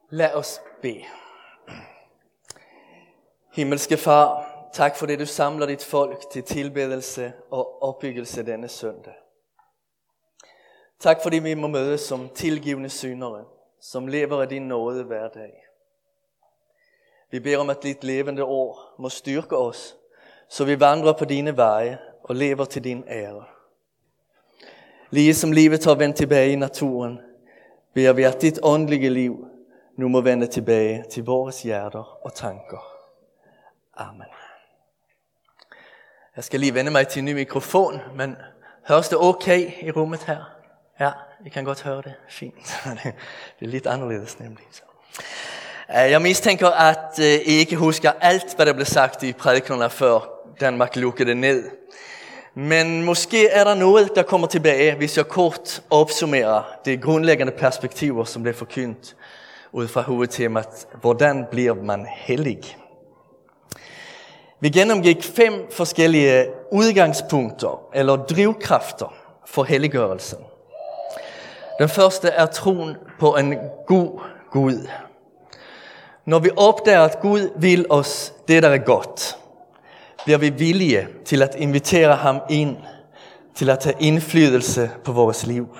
Lad os bede. Himmelske Far, tak for det, du samler dit folk til tilbedelse og opbyggelse denne søndag. Tak fordi vi må mødes som tilgivne syndere, som lever af din nåde hver dag. Vi beder om, at dit levende ord må styrke os, så vi vandrer på dine veje og lever til din ære. Lige som livet har vendt tilbage i naturen, beder vi, at dit åndelige liv nu må vende tilbage til vores hjerter og tanker. Amen. Jeg skal lige vende mig til en ny mikrofon, men høres det okay i rummet her? Ja, I kan godt høre det. Fint. Det er lidt anderledes nemlig. Jeg mistænker, at I ikke husker alt, hvad der blev sagt i prædikenerne før Danmark lukkede ned. Men måske er der noget, der kommer tilbage, hvis jeg kort opsummerer de grundlæggende perspektiver, som blev forkyndt ud fra hovedtemaet, hvordan bliver man hellig? Vi gennemgik 5 forskellige udgangspunkter eller drivkræfter for helliggørelsen. Den første er troen på en god Gud. Når vi opdager, at Gud vil os det, der er godt, bliver vi villige til at invitere ham ind, til at tage indflydelse på vores liv.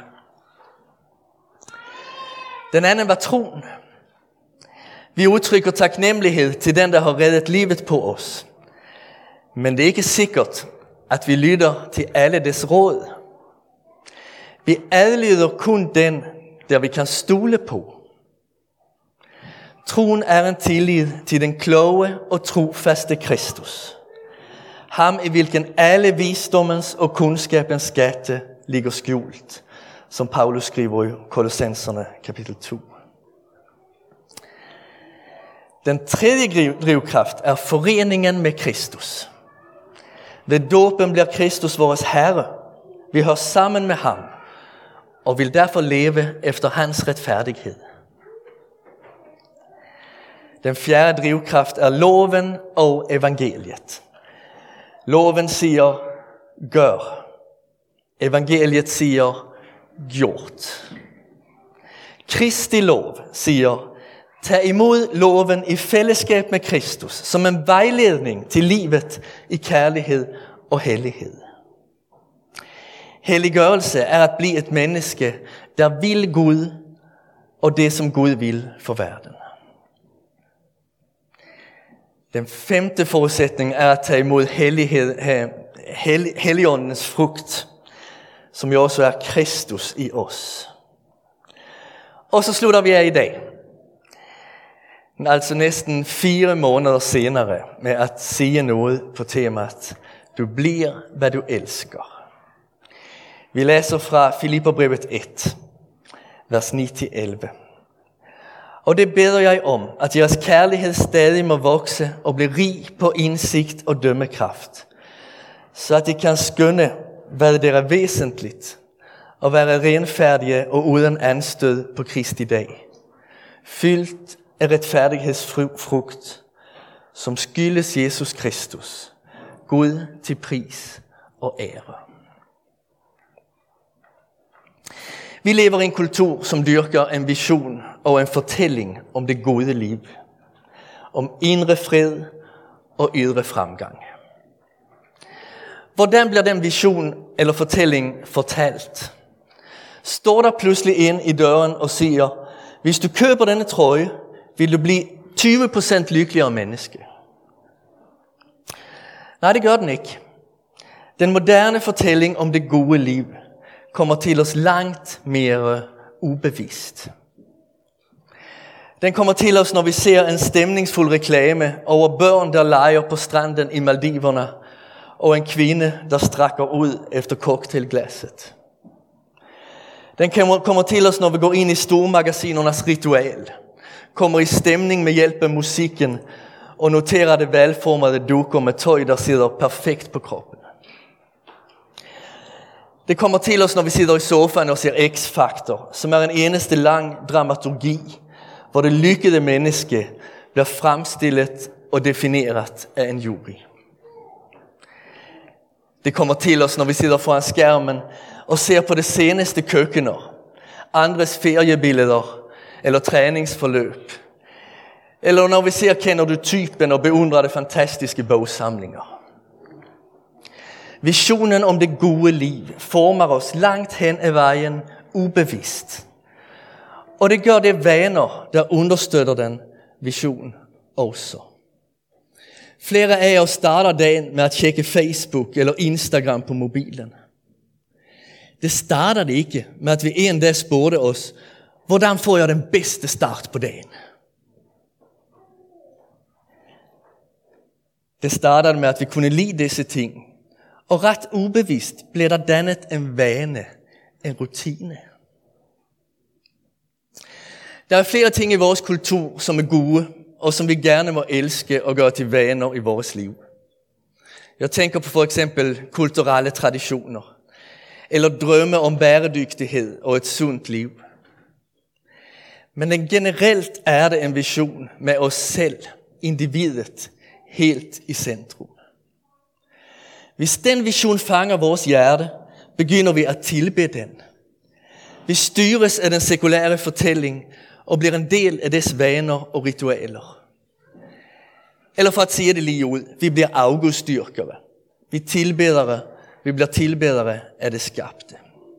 Den anden var troen. Vi udtrykker taknemmelighed til den, der har reddet livet på os. Men det er ikke sikkert, at vi lytter til alle des råd. Vi adlyder kun den, der vi kan stole på. Troen er en tillid til den kloge og trofaste Kristus. Ham i hvilken alle visdommens og kundskabens skatte ligger skjult, som Paulus skriver i Kolossenserne kapitel 2. Den tredje drivkraft er foreningen med Kristus. Ved dåben bliver Kristus vores Herre. Vi hører sammen med ham og vil derfor leve efter hans retfærdighed. Den fjerde drivkraft er loven og evangeliet. Loven siger, gør. Evangeliet siger, gjort. Kristi lov siger, tag imod loven i fællesskab med Kristus, som en vejledning til livet i kærlighed og hellighed. Helliggørelse er at blive et menneske, der vil Gud og det, som Gud vil for verden. Den 5. forudsætning er at tage imod Helligåndens frugt, som jo også er Kristus i os. Og så slutter vi af i dag. Altså næsten 4 måneder senere med at sige noget på temaet, du bliver, hvad du elsker. Vi læser fra Filipperbrevet 1, vers 9-11. Og det beder jeg om, at jeres kærlighed stadig må vokse og blive rig på indsigt og dømmekraft, så at I kan skønne, hvad det er væsentligt, og være renfærdige og uden anstød på Kristi dag. Fyldt af retfærdighedsfrugt, som skyldes Jesus Kristus, Gud til pris og ære. Vi lever i en kultur, som dyrker en vision og en fortælling om det gode liv. Om indre fred og ydre fremgang. Hvordan bliver den vision eller fortælling fortalt? Står der pludselig en i døren og siger, hvis du køber denne trøje, vil du blive 20% lykkeligere menneske? Nej, det gør den ikke. Den moderne fortælling om det gode liv kommer til os langt mere ubevidst. Den kommer til os, når vi ser en stemningsfuld reklame over børn, der leger på stranden i Maldiverne, og en kvinde, der strækker ud efter cocktailglasset. Den kommer til os, når vi går ind i stormagasinernes ritual, kommer i stemning med hjælp af musikken, og noterer det velformede dukker med tøj, der sidder perfekt på kroppen. Det kommer til os, når vi sidder i sofaen og ser X-Factor, som er en eneste lang dramaturgi, hvor det lykkede menneske bliver fremstillet og defineret af en jury. Det kommer til os, når vi sidder foran skærmen og ser på det seneste køkkener, andres feriebilleder, eller træningsforløb. Eller når vi ser Kender du typen og beundrer det fantastiske bogsamlinger. Visionen om det gode liv former os langt hen ad vejen ubevidst. Og det gør det vaner, der understøtter den vision også. Flere af os starter dagen med at tjekke Facebook eller Instagram på mobilen. Det starter det ikke med at vi en dag spurgte os, hvordan får jeg den bedste start på dagen? Det startede med at vi kunne lide disse ting, og ret ubevidst blev der dannet en vane, en rutine. Der er flere ting i vores kultur, som er gode, og som vi gerne må elske og gøre til vaner i vores liv. Jeg tænker på for eksempel kulturelle traditioner, eller drømme om bæredygtighed og et sundt liv. Men generelt er det en vision med os selv, individet, helt i centrum. Hvis den vision fanger vores hjerte, begynder vi at tilbede den. Vi styres af den sekulære fortælling og bliver en del af dets vaner og ritualer. Eller for at sige det lige ud, vi bliver afgudstyrkere. Vi bliver tilbedere af det skabte.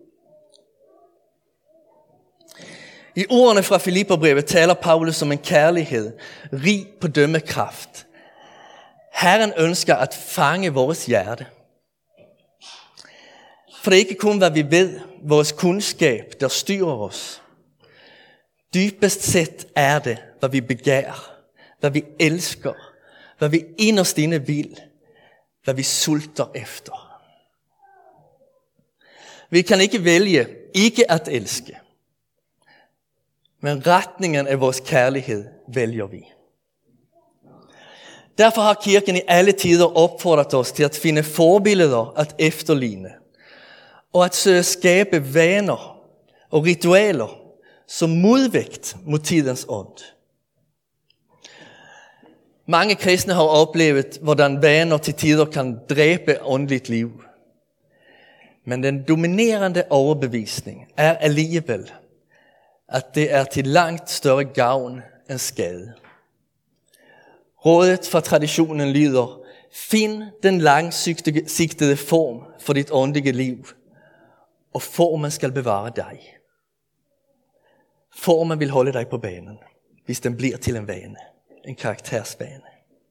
I ordene fra Filipperbrevet taler Paulus om en kærlighed, rig på dømmekraft. Herren ønsker at fange vores hjerte. For det er ikke kun, hvad vi ved, vores kundskab, der styrer os. Dybest set er det, hvad vi begærer, hvad vi elsker, hvad vi inderst inde vil, hvad vi sulter efter. Vi kan ikke vælge ikke at elske, men retningen af vores kærlighed vælger vi. Derfor har kirken i alle tider opfordret os til at finde forbilleder at efterligne, og at søge skabe vaner og ritualer som modvægt mod tidens ånd. Mange kristne har oplevet, hvordan vaner til tider kan dræbe åndeligt liv. Men den dominerende overbevisning er alligevel, at det er til langt større gavn end skade. Rådet fra traditionen lyder, find den langsigtede form for dit åndelige liv, og formen skal bevare dig. Formen vil holde dig på banen, hvis den bliver til en vane, en karaktersvane.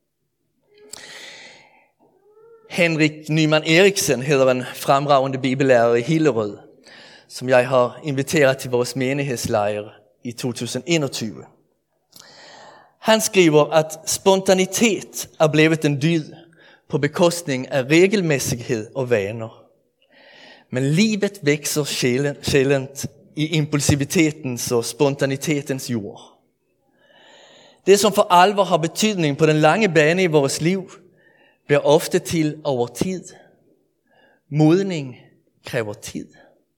Henrik Nyman Eriksen hedder en fremragende bibellærer i Hillerød, som jeg har inviteret til vores menighedslejr i 2021. Han skriver, at spontanitet er blevet en dyd på bekostning af regelmæssighed og vaner. Men livet vækser sjældent i impulsivitetens og spontanitetens jord. Det, som for alvor har betydning på den lange bane i vores liv, bliver ofte til over tid. Modning kræver tid.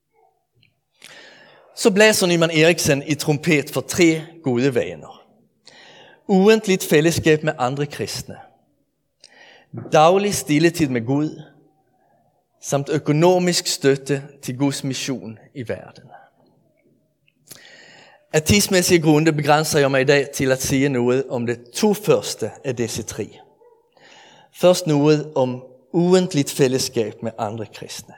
Så blæser Nyman Eriksen i trompet for 3 gode vaner. Ugentligt fællesskab med andre kristne. Daglig stilletid med Gud. Samt økonomisk støtte til Guds mission i verden. Af tidsmæssige grunde begrænser jeg mig i dag til at sige noget om det 2 første af disse 3. Først noget om ugentligt fællesskab med andre kristne.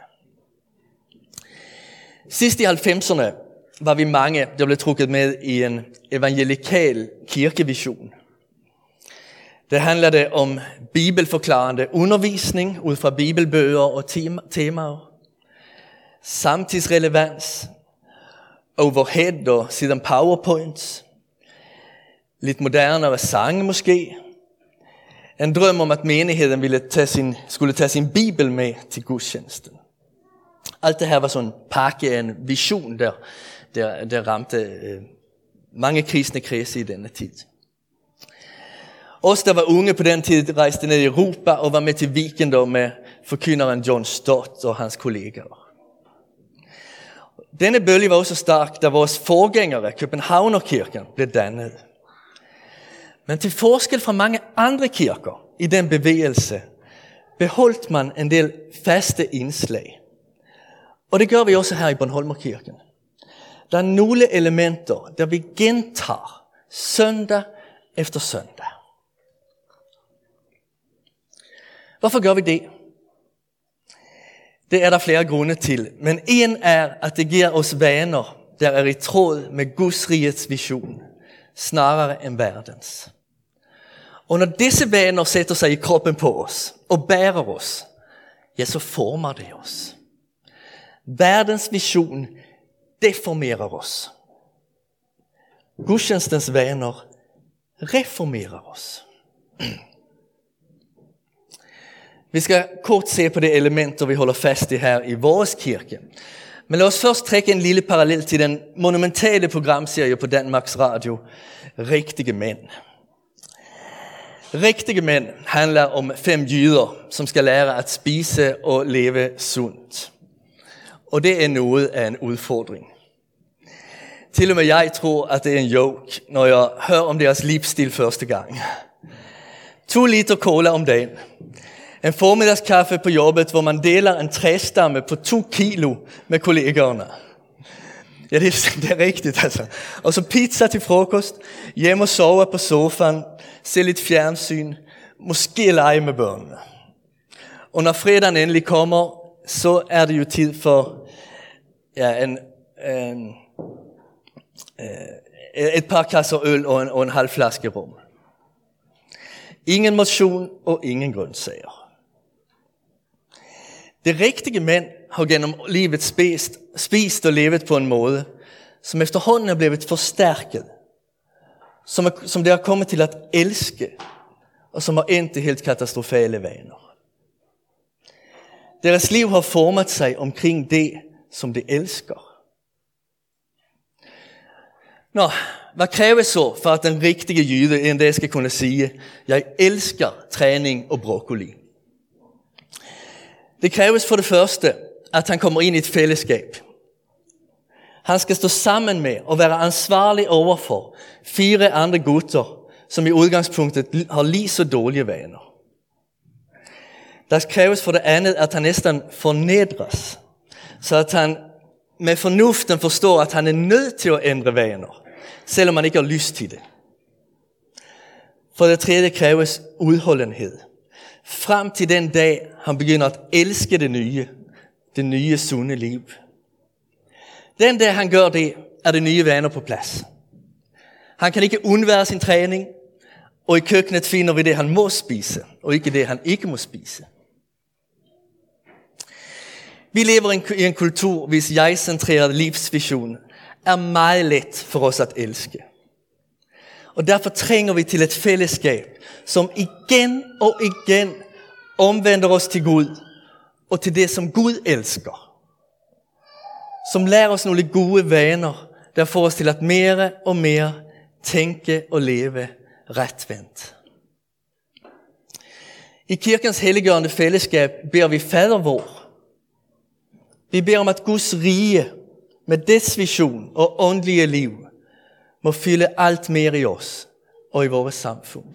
Sidst i 90'erne var vi mange, der blev trukket med i en evangelikal kirkevision. Det handlede om bibelforklarende undervisning ud fra bibelbøger og temaer, samtidsrelevans, overhead og siden powerpoints, lidt modernere sange måske, en drøm om at menigheden skulle tage sin bibel med til gudstjenesten. Alt det her var sådan en pakke, en vision, der ramte mange kristne kredse i denne tid. Os, der var unge på den tid, rejste ned i Europa og var med til weekender med forkynderen John Stott og hans kollegaer. Denne bølge var også stærk, da vores forgængere, Københavnerkirken, blev dannet. Men til forskel fra mange andre kirker i den bevægelse, beholdt man en del faste indslag. Og det gør vi også her i Bornholmerkirken. Der er nogle elementer, der vi gentager søndag efter søndag. Hvorfor gør vi det? Det er der flere grunde til, men en er, at det giver os vaner, der er i tråd med Guds rigets vision, snarere end verdens. Og når disse vaner sætter sig i kroppen på os og bærer os, ja, så former det os. Verdens vision deformerer os. Gudstjenestens vaner reformerer os. Vi skal kort se på de elementer, vi holder fast i her i vores kirke. Men lad os først trække en lille parallel til den monumentale programserie på Danmarks Radio, Rigtige Mænd. Rigtige Mænd handler om 5 jyder, som skal lære at spise og leve sundt. Og det er noget af en udfordring. Til og med jeg tror, at det er en joke, når jeg hører om deres livsstil første gang. 2 liter cola om dagen. En formiddagskaffe på jobbet, hvor man deler en træstamme på 2 kilo med kollegerne. Ja, det er rigtigt altså. Og så pizza til frokost, hjem og sove på sofaen, se lidt fjernsyn, måske lege med børnene. Og når fredagen endelig kommer, så er det jo tid for et par kasser øl og en halv flaske rom. Ingen motion og ingen grøntsager. De rigtige mænd har gennem livet spist og levet på en måde, som efterhånden er blevet forstærket, som de har kommet til at elske, og som har endt i helt katastrofale vaner. Deres liv har formet sig omkring det, som de elsker. Nå, hvad kræves så for at den rigtige jyde en dag skal kunne sige, jeg elsker træning og broccoli? Det kræves for det første, at han kommer ind i et fællesskab. Han skal stå sammen med og være ansvarlig overfor 4 andre gutter, som i udgangspunktet har lige så dårlige vaner. Der kræves for det andet, at han næsten fornedres, så at han med fornuften forstår, at han er nødt til at ændre vaner, selvom man ikke har lyst til det. For det tredje kræves udholdenhed. Frem til den dag, han begynder at elske det nye sunde liv. Den dag han gør det, er det nye vaner på plads. Han kan ikke undvære sin træning, og i køkkenet finder vi det, han må spise, og ikke det, han ikke må spise. Vi lever i en kultur, hvis jeg-centreret livsvision er meget let for os at elske. Og derfor trænger vi til et fællesskab, som igen og igen omvender os til Gud, og til det, som Gud elsker. Som lærer os nogle gode vaner, der får os til at mere og mere tænke og leve retvendt. I kirkens helliggørende fællesskab beder vi Fader vor. Vi beder om, at Guds rige med dets vision og åndelige liv må fylde alt mere i os og i vores samfund.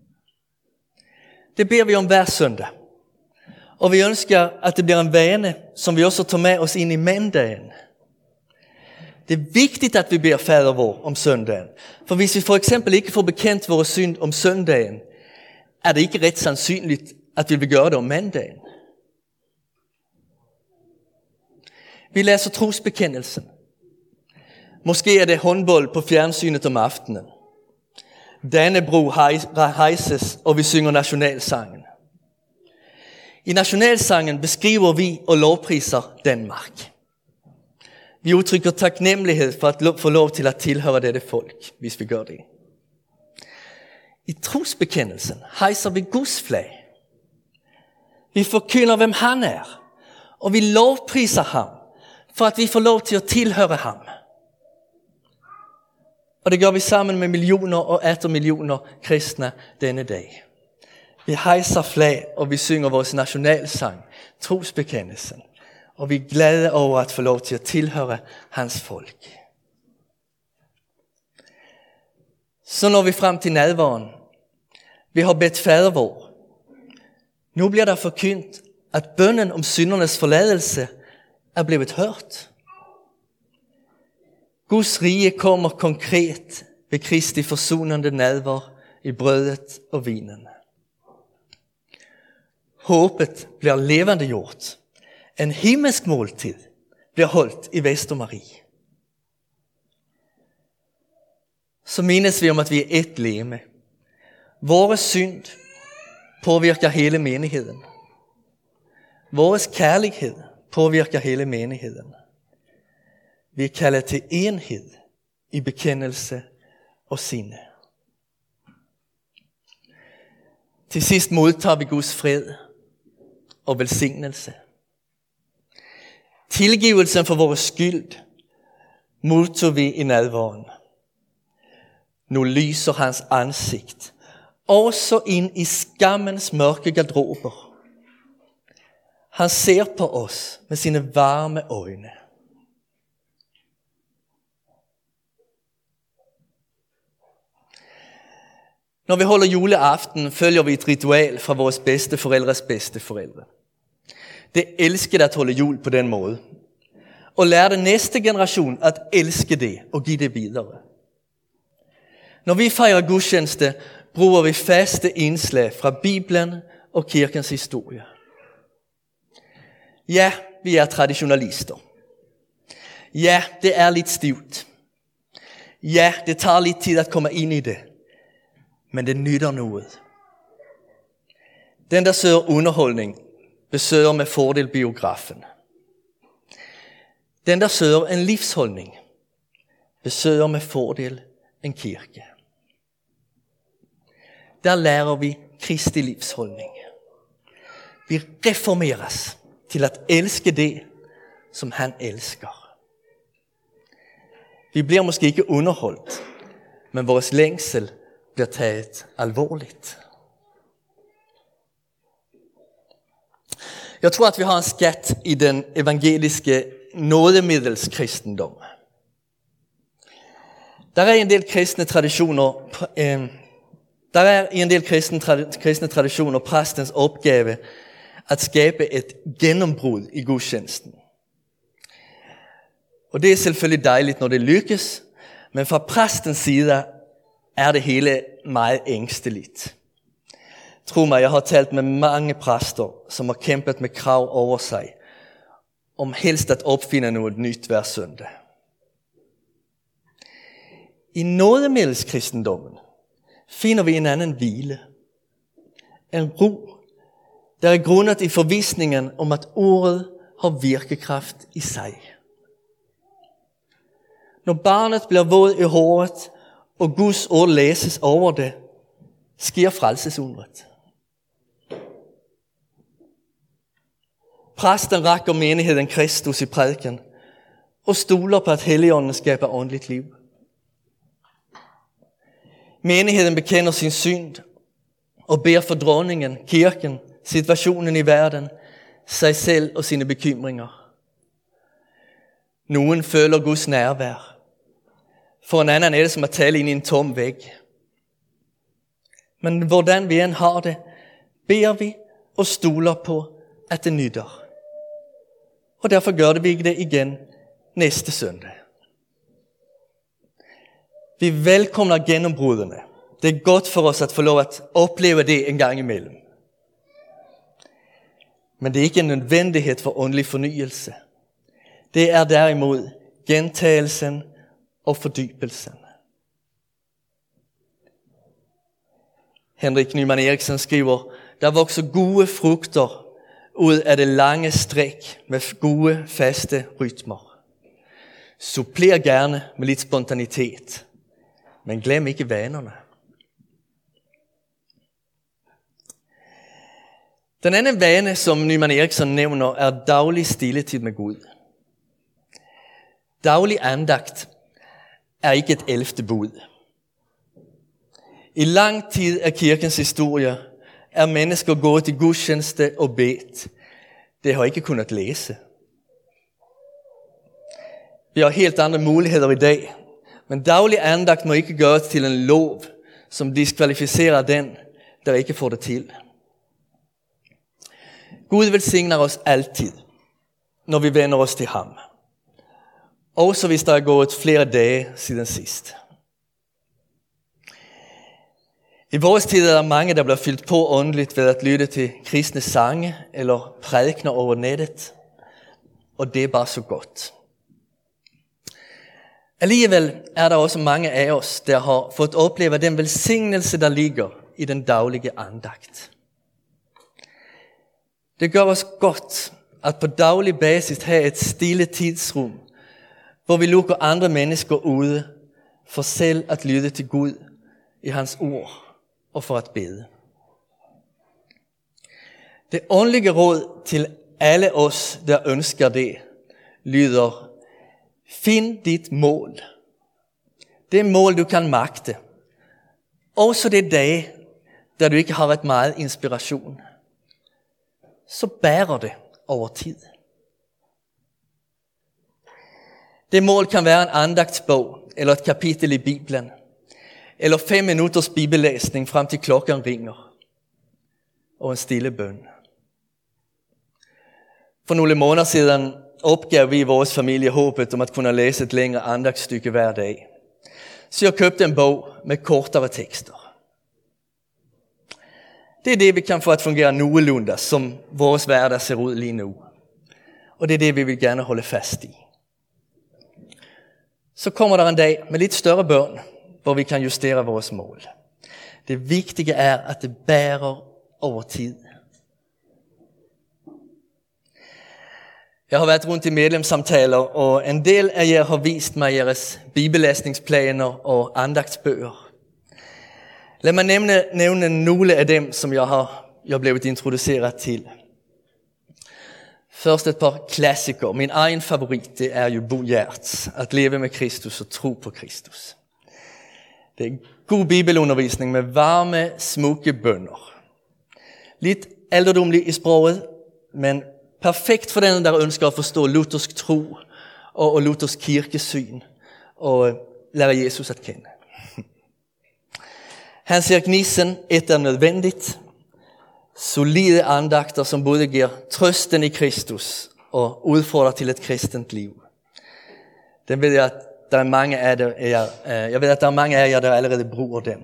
Det beder vi om hver søndag. Og vi ønsker, at det bliver en vane, som vi også tager med os ind i mandagen. Det er vigtigt, at vi beder Fader vor om søndagen. For hvis vi for eksempel ikke får bekendt vores synd om søndagen, er det ikke ret sandsynligt, at vi vil gøre det om mandagen. Vi læser trosbekendelsen. Måske er det håndbold på fjernsynet om aftenen. Dannebro hejses, og vi synger nationalsangen. I nationalsangen beskriver vi og lovpriser Danmark. Vi udtrykker taknemmelighed for at få lov til at tilhøre dette folk, hvis vi gør det. I trosbekendelsen hejser vi Guds flag. Vi forkynder, hvem han er, og vi lovpriser ham, for at vi får lov til at tilhøre ham. Og det gør vi sammen med millioner og atter millioner kristne denne dag. Vi hejser flag, og vi synger vores nationalsang, trosbekendelsen. Og vi er glade over at få lov til at tilhøre hans folk. Så når vi frem til nadveren. Vi har bedt Fader vor. Nu bliver der forkyndt, at bønnen om syndernes forladelse er blevet hørt. Guds rige kommer konkret ved Kristi forsonende nadver i brødet og vinen. Håbet bliver levende gjort. En himmelsk måltid bliver holdt i Vestermarie. Så mindes vi om, at vi er et legeme. Vores synd påvirker hele menigheden. Vores kærlighed påvirker hele menigheden. Vi er kaldet til enhed i bekendelse og sinde. Til sidst modtager vi Guds fred og velsignelse. Tilgivelsen for vores skyld modtog vi i nadveren. Nu lyser hans ansigt også ind i skammens mørke garderober. Han ser på os med sine varme øjne. Når vi holder juleaften, følger vi et ritual fra vores bedsteforældres bedsteforældre. Det elsker at holde jul på den måde. Og lære den næste generation at elske det og give det videre. Når vi fejrer gudstjeneste, bruger vi faste indslag fra Bibelen og kirkens historie. Ja, vi er traditionalister. Ja, det er lidt stivt. Ja, det tager lidt tid at komme ind i det. Men det nytter noget. Den, der søger underholdning, besøger med fordel biografen. Den, der søger en livsholdning, besøger med fordel en kirke. Der lærer vi Kristi livsholdning. Vi reformeres til at elske det, som han elsker. Vi bliver måske ikke underholdt, men vores længsel bliver taget alvorligt. Jeg tror, at vi har en skat i den evangeliske nådemiddelskristendom. Der er i en del kristne traditioner præstens opgave at skabe et gennembrud i gudstjenesten. Og det er selvfølgelig dejligt, når det lykkes, men fra præstens side er det hele meget ængsteligt. Tro mig, jeg har talt med mange præster, som har kæmpet med krav over sig, om helst at opfinde noget nyt hver søndag. I nådemiddelskristendommen finder vi en anden hvile. En ro, der er grundet i forvisningen om, at ordet har virkekraft i sig. Når barnet bliver våd i håret, og Guds ord læses over det, sker frelsesundret. Præsten rækker menigheden Kristus i prædiken, og stoler på, at Helligånden skaber åndeligt liv. Menigheden bekender sin synd, og beder for dronningen, kirken, situationen i verden, sig selv og sine bekymringer. Nogen føler Guds nærvær. For en anden er det som at tale ind i en tom væg. Men hvordan vi end har det, beder vi og stoler på, at det nytter. Og derfor gør vi det igen næste søndag. Vi velkomner gennembruddene. Det er godt for os at få lov at opleve det en gang imellem. Men det er ikke en nødvendighed for åndelig fornyelse. Det er derimod gentagelsen og fordybelsen. Henrik Nyman Eriksen skriver, der vokser gode frugter ud af det lange stræk med gode, faste rytmer. Suppler gerne med lidt spontanitet, men glem ikke vanerne. Den anden vane, som Nyman Eriksen nævner, er daglig stilletid med Gud. Daglig andagt er ikke et 11. bud. I lang tid af kirkens historie er mennesker gået til gudstjeneste og bedt. Det har ikke kunnet læse. Vi har helt andre muligheder i dag, men daglig andagt må ikke gøres til en lov, som diskvalificerer den, der ikke får det til. Gud velsigner os altid, når vi vender os til ham. også hvis der er gået flere dage siden sidst. I vores tid er der mange, der bliver fyldt på åndeligt ved at lytte til kristne sange eller prædikener over nettet, og det er bare så godt. Alligevel er der også mange af os, der har fået opleve den velsignelse, der ligger i den daglige andagt. Det gør os godt at på daglig basis have et stille tidsrum, hvor vi lukker andre mennesker ude for selv at lytte til Gud i hans ord og for at bede. Det åndelige råd til alle os, der ønsker det, lyder: find dit mål. Det mål, du kan magte. Også det dage, der du ikke har ret meget inspiration. Så bærer det over tid. Det mål kan være en andagtsbog, eller et kapitel i Bibelen, eller 5 minutters bibellæsning frem til klokken ringer, og en stille bøn. For nogle måneder siden opgav vi i vores familie håbet om at kunne læse et længere andagtsstykke hver dag. Så jeg købte en bog med kortere tekster. Det er det, vi kan få at fungere nogenlunde, som vores hverdag ser ud lige nu. Og det er det, vi vil gerne holde fast i. Så kommer der en dag med lidt større børn, hvor vi kan justere vores mål. Det vigtige er, at det bærer over tid. Jeg har været rundt i medlemssamtaler, og en del af jer har vist mig jeres bibellæsningsplaner og andagtsbøger. Lad mig nævne nogle af dem, som jeg er blevet introduceret til. Først et par klassikere. Min egen favorit, det er jo Bo Gjertz, At leve med Kristus og tro på Kristus. Det er god bibelundervisning med varme, smukke bønner. Lidt alderdomlig i sproget, men perfekt for den, der ønsker at forstå luthersk tro og luthersk kirkesyn og lære Jesus at kende. Hans Erik Nissen, Et er nødvendigt. Solide andagter, som både giver trøsten i Kristus og udfordrer til et kristent liv. Den ved jeg, at der er mange af jer, der allerede bruger den.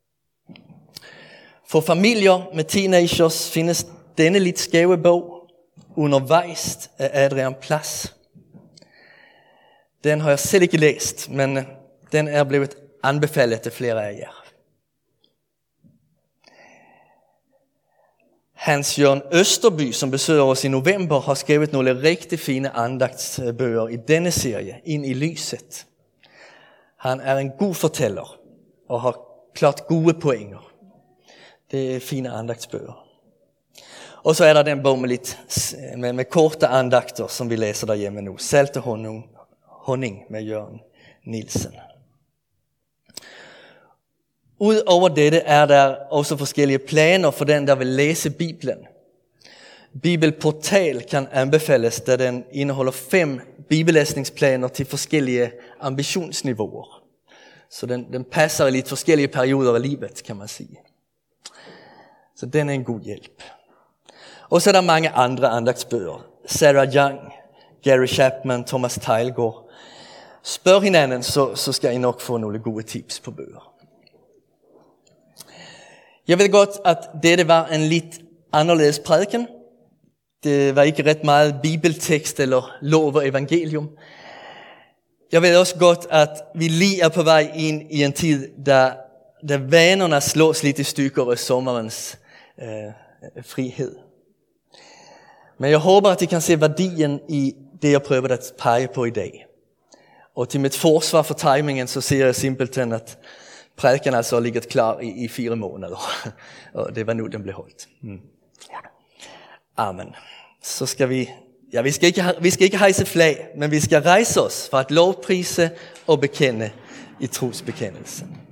For familier med teenagers findes denne lidt skæve bog, Undervejs af Adrian Plass. Den har jeg selv ikke læst, men den er blevet anbefalet til flere af jer. Hans Jørgen Østerby, som besøger os i november, har skrevet nogle rigtig fine andagtsbøger i denne serie, Ind i lyset. Han er en god fortæller og har klart gode pointer. Det er fine andagtsbøger. Og så er der den bog med korte andagter, som vi læser derhjemme nu. Salt og honning med Jørgen Nielsen. Udover dette er der også forskellige planer for den, der vil læse Bibelen. Bibelportal kan anbefales, da den indeholder 5 bibellæsningsplaner til forskellige ambitionsniveauer. Så den passer i lidt forskellige perioder af livet, kan man sige. Så den er en god hjælp. Og så er der mange andre andagtsbøger. Sarah Young, Gary Chapman, Thomas Teilgaard. Spørg hinanden, så skal I nok få nogle gode tips på bøger. Jeg ved godt, at dette var en lidt anderledes prædiken. Det var ikke ret meget bibeltekst eller lov og evangelium. Jeg ved også godt, at vi lige er på vej ind i en tid, der vanerne slås lidt i stykker af sommerens frihed. Men jeg håber, at I kan se værdien i det, jeg prøver at pege på i dag. Og til mit forsvar for timingen, så siger jeg simpelthen, at prædiken altså har ligget klar i 4 måneder. Og det var nu, den blev holdt. Ja. Amen. Så skal vi skal ikke hejse flag, men vi skal rejse os for at lovprise og bekende i trosbekendelsen.